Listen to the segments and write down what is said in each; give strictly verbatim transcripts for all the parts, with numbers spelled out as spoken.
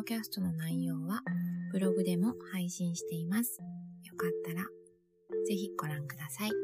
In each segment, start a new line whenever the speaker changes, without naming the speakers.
ドキャストの内容はブログでも配信しています。よかったらぜひご覧ください。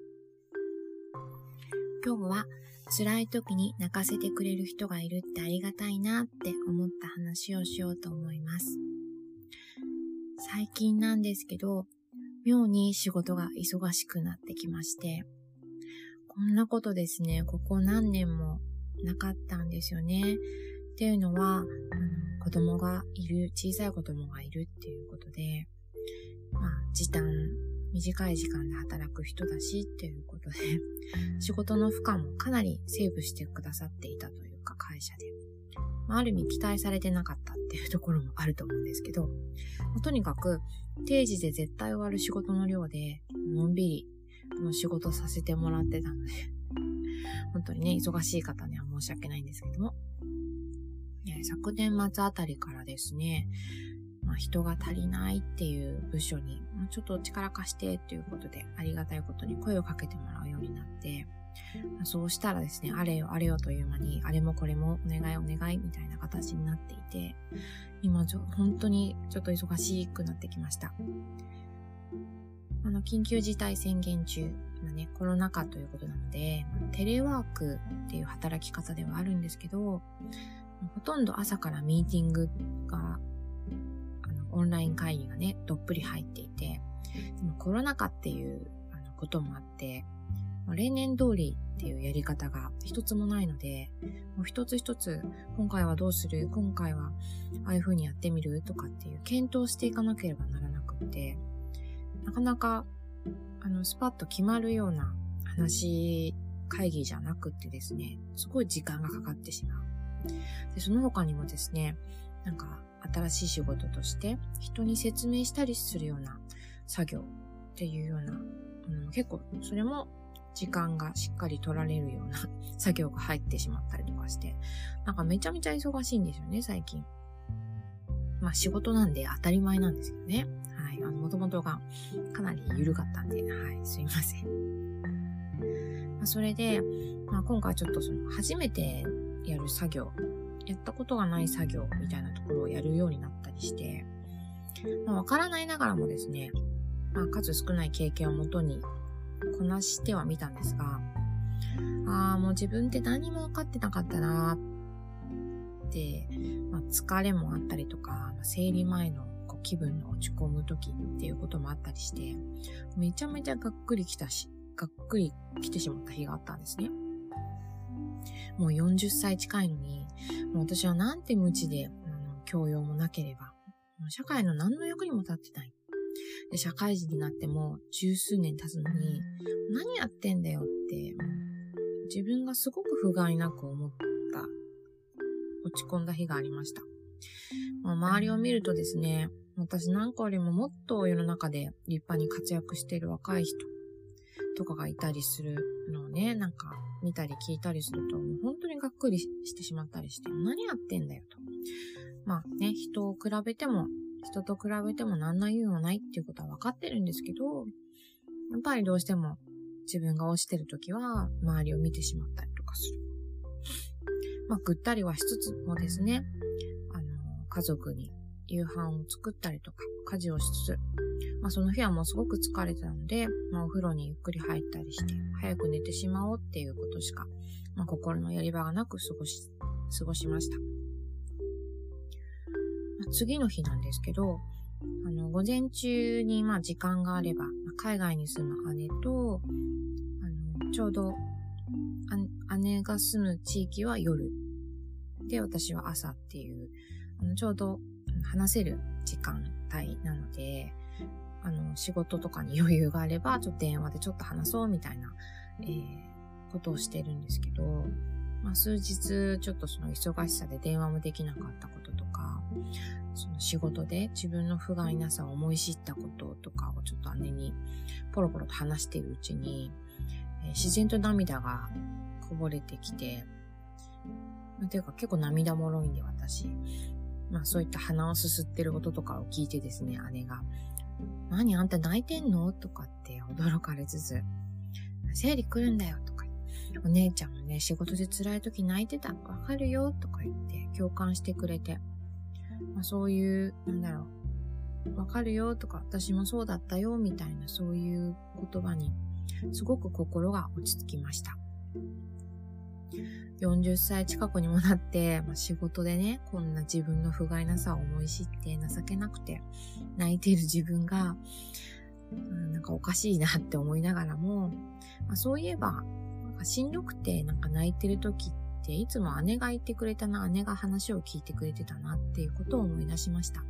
今日は辛い時に泣かせてくれる人がいるってありがたいなって思った話をしようと思います。最近なんですけど、妙に仕事が忙しくなってきまして、こんなことですね、ここ何年もなかったんですよね。っていうのは、あの子供がいる、小さい子供がいるっていうことで、まあ、時短、短い時間で働く人だしっていうことで、仕事の負荷もかなりセーブしてくださっていたというか、会社で。まあ、ある意味期待されてなかったっていうところもあると思うんですけど、まあ、とにかく定時で絶対終わる仕事の量で、のんびりの仕事させてもらってたので、本当にね、忙しい方には申し訳ないんですけども、昨年末あたりからですね、まあ、人が足りないっていう部署にちょっと力貸してっていうことでありがたいことに声をかけてもらうようになって、まあ、そうしたらですね、あれよあれよという間にあれもこれもお願いお願いみたいな形になっていて、今ちょ本当にちょっと忙しくなってきました。あの緊急事態宣言中、今ね、コロナ禍ということなのでテレワークっていう働き方ではあるんですけど、ほとんど朝からミーティングがオンライン会議がね、どっぷり入っていて、でもコロナ禍っていうあのこともあって、例年通りっていうやり方が一つもないので、もう一つ一つ、今回はどうする？今回はああいう風にやってみる？とかっていう検討していかなければならなくって、なかなか、あの、スパッと決まるような話、会議じゃなくってですね、すごい時間がかかってしまう。で、その他にもですね、なんか新しい仕事として人に説明したりするような作業っていうような、うん、結構それも時間がしっかり取られるような作業が入ってしまったりとかして、なんかめちゃめちゃ忙しいんですよね、最近。まあ仕事なんで当たり前なんですけどね。はい。あの、元々がかなり緩かったんで、はい、すいません。まあ、それで、まあ今回ちょっとその初めてやる作業、やったことがない作業みたいなところをやるようになったりして、まあ、わからないながらもですね、まあ、数少ない経験をもとにこなしてはみたんですが、ああ、もう自分って何も分かってなかったなーって、まあ、疲れもあったりとか、まあ、生理前のこう気分の落ち込む時っていうこともあったりして、めちゃめちゃがっくりきたし、がっくり来てしまった日があったんですね。もうよんじゅっさい近いのに、もう私はなんて無知で、あの教養もなければ、社会の何の役にも立ってない。で、社会人になっても十数年経つのに、何やってんだよって、自分がすごく不甲斐なく思った、落ち込んだ日がありました。まあ、周りを見るとですね、私なんかよりももっと世の中で立派に活躍している若い人とかがいたりするのをね、なんか見たり聞いたりすると、もう本当にがっくりしてしまったりして、何やってんだよと。まあね、人を比べても、人と比べても何の意味もないっていうことは分かってるんですけど、やっぱりどうしても自分が落ちてるときは周りを見てしまったりとかする。まあぐったりはしつつもですね、あの、家族に夕飯を作ったりとか、家事をしつつ、まあその日はもうすごく疲れてたので、まあお風呂にゆっくり入ったりして、早く寝てしまおうっていうことしか、まあ心のやり場がなく過ごし、過ごしました。まあ、次の日なんですけど、あの、午前中にまあ時間があれば、まあ、海外に住む姉と、あの、ちょうど、姉が住む地域は夜、で、私は朝っていう、あの、ちょうど話せる時間帯なので、あの、仕事とかに余裕があれば、ちょっと電話でちょっと話そうみたいな、えー、ことをしてるんですけど、まあ、数日ちょっとその忙しさで電話もできなかったこととか、その仕事で自分の不甲斐なさを思い知ったこととかをちょっと姉にポロポロと話しているうちに、えー、自然と涙がこぼれてきて、まあ、というか結構涙もろいんで私、まあそういった鼻をすすってることとかを聞いてですね、姉が、何あんた泣いてんのとかって驚かれつつ、生理来るんだよとか、お姉ちゃんもね、仕事で辛い時泣いてた、わかるよとか言って共感してくれて、 まあ、そういう、なんだろう、わかるよとか、私もそうだったよみたいな、そういう言葉にすごく心が落ち着きました。よんじゅっさい近くにもなって、まあ、仕事でね、こんな自分の不甲斐なさを思い知って情けなくて泣いている自分が、うん、なんかおかしいなって思いながらも、まあ、そういえば、なんかしんどくてなんか泣いてる時っていつも姉がいてくれたな、姉が話を聞いてくれてたなっていうことを思い出しました。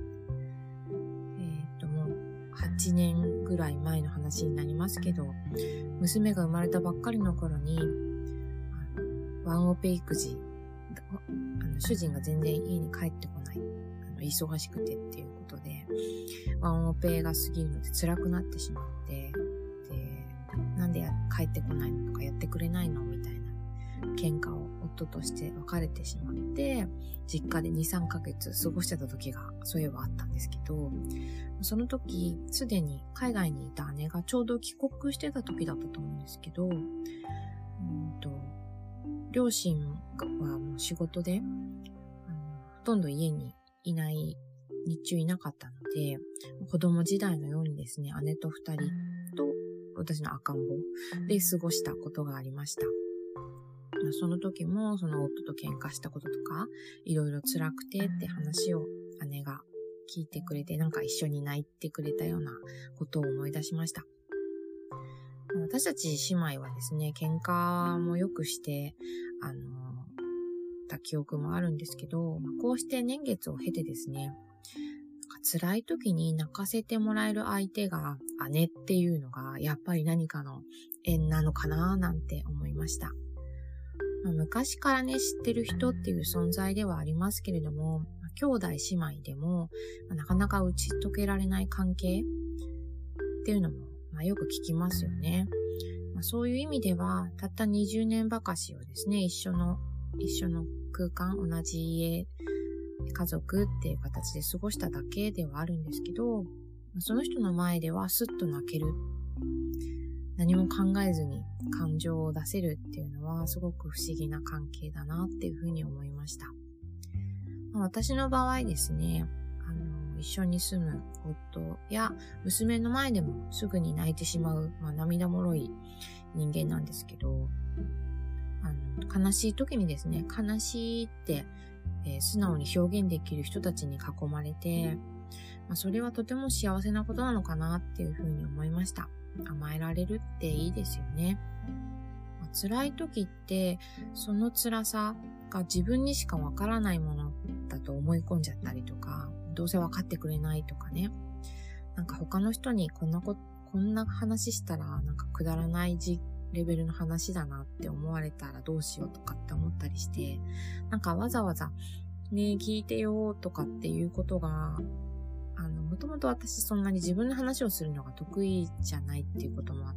えっともうはちねんぐらい前の話になりますけど、娘が生まれたばっかりの頃に、ワンオペ育児、あの主人が全然家に帰ってこない、あの忙しくてっていうことで、ワンオペが過ぎるので辛くなってしまって、で、なんでや帰ってこないのとかやってくれないのみたいな喧嘩を夫として別れてしまって、実家でに、さんかげつ過ごしてた時がそういえばあったんですけど、その時すでに海外にいた姉がちょうど帰国してた時だったと思うんですけど、うんと両親はもう仕事で、あのほとんど家にいない、日中いなかったので、子供時代のようにですね、姉と二人と私の赤ん坊で過ごしたことがありました。その時もその夫と喧嘩したこととか、いろいろ辛くてって話を姉が聞いてくれて、なんか一緒に泣いてくれたようなことを思い出しました。私たち姉妹はですね、喧嘩もよくして、あの、た記憶もあるんですけど、こうして年月を経てですね、辛い時に泣かせてもらえる相手が姉っていうのが、やっぱり何かの縁なのかななんて思いました。まあ、昔からね、知ってる人っていう存在ではありますけれども、兄弟姉妹でも、まあ、なかなか打ち解けられない関係っていうのも、まあ、よく聞きますよね。まあ、そういう意味では、たったにじゅうねんばかしをですね、一緒の、一緒の空間、同じ家、家族っていう形で過ごしただけではあるんですけど、その人の前ではスッと泣ける。何も考えずに感情を出せるっていうのはすごく不思議な関係だなっていうふうに思いました。まあ、私の場合ですね、あの、一緒に住む夫や娘の前でもすぐに泣いてしまう、まあ、涙もろい人間なんですけど、あの、悲しい時にですね、悲しいって、えー、素直に表現できる人たちに囲まれて、まあ、それはとても幸せなことなのかなっていうふうに思いました。甘えられるっていいですよね。まあ、辛い時って、その辛さが自分にしかわからないものだと思い込んじゃったりとか、どうせわかってくれないとかね。なんか他の人にこんなこ、こんな話したらなんかくだらないじレベルの話だなって思われたらどうしようとかって思ったりして、なんかわざわざねえ聞いてよとかっていうことが、あの、もともと私そんなに自分の話をするのが得意じゃないっていうこともあって、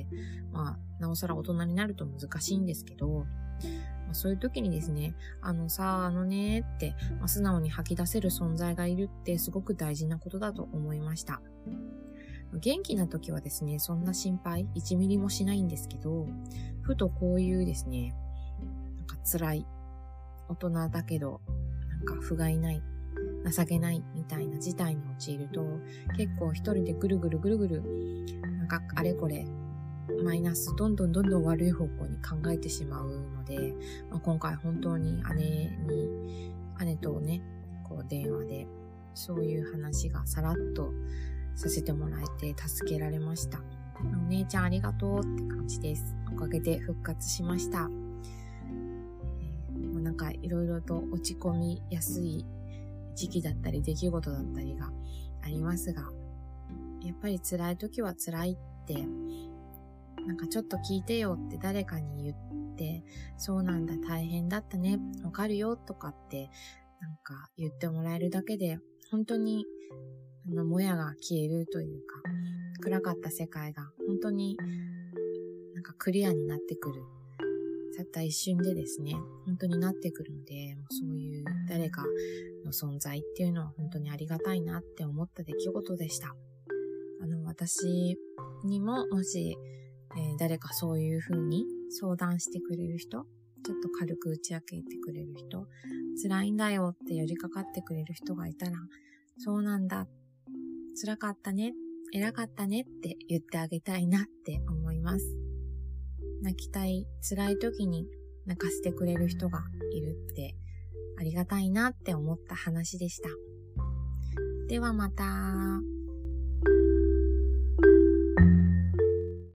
まあ、なおさら大人になると難しいんですけど、まあ、そういう時にですね、あのさ、あのねって、まあ、素直に吐き出せる存在がいるってすごく大事なことだと思いました。元気な時はですね、そんな心配いちミリもしないんですけど、ふとこういうですね、なんか辛い、大人だけど、なんか不甲斐ない、情けないみたいな事態に陥ると、結構一人でぐるぐるぐるぐる、なんかあれこれ、マイナス、どんどんどんどん悪い方向に考えてしまうので、まあ、今回本当に姉に、姉とね、こう電話で、そういう話がさらっとさせてもらえて助けられました。お姉ちゃんありがとうって感じです。おかげで復活しました。えー、もうなんかいろいろと落ち込みやすい時期だったり出来事だったりがありますが、やっぱり辛い時は辛いって、なんかちょっと聞いてよって誰かに言って、そうなんだ大変だったね、わかるよとかってなんか言ってもらえるだけで、本当にあのもやが消えるというか、暗かった世界が本当になんかクリアになってくる。たった一瞬でですね、本当になってくるので、そういう誰かの存在っていうのは本当にありがたいなって思った出来事でした。あの、私にももし、えー、誰かそういう風に相談してくれる人ちょっと軽く打ち明けてくれる人、辛いんだよって寄りかかってくれる人がいたら、そうなんだ、辛かったね、偉かったねって言ってあげたいなって思います。泣きたい、辛い時に泣かせてくれる人がいるってありがたいなって思った話でした。ではまた。